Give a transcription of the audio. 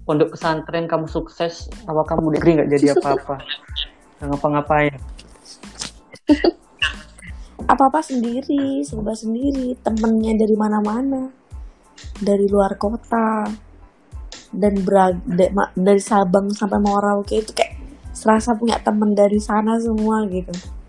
pondok pesantren kamu sukses, apa kamu negeri nggak jadi apa-apa, nggak ngapa-ngapain? Apa-apa sendiri, serba sendiri, temennya dari mana-mana, dari luar kota, dan dari Sabang sampai Merauke itu kayak serasa punya temen dari sana semua gitu.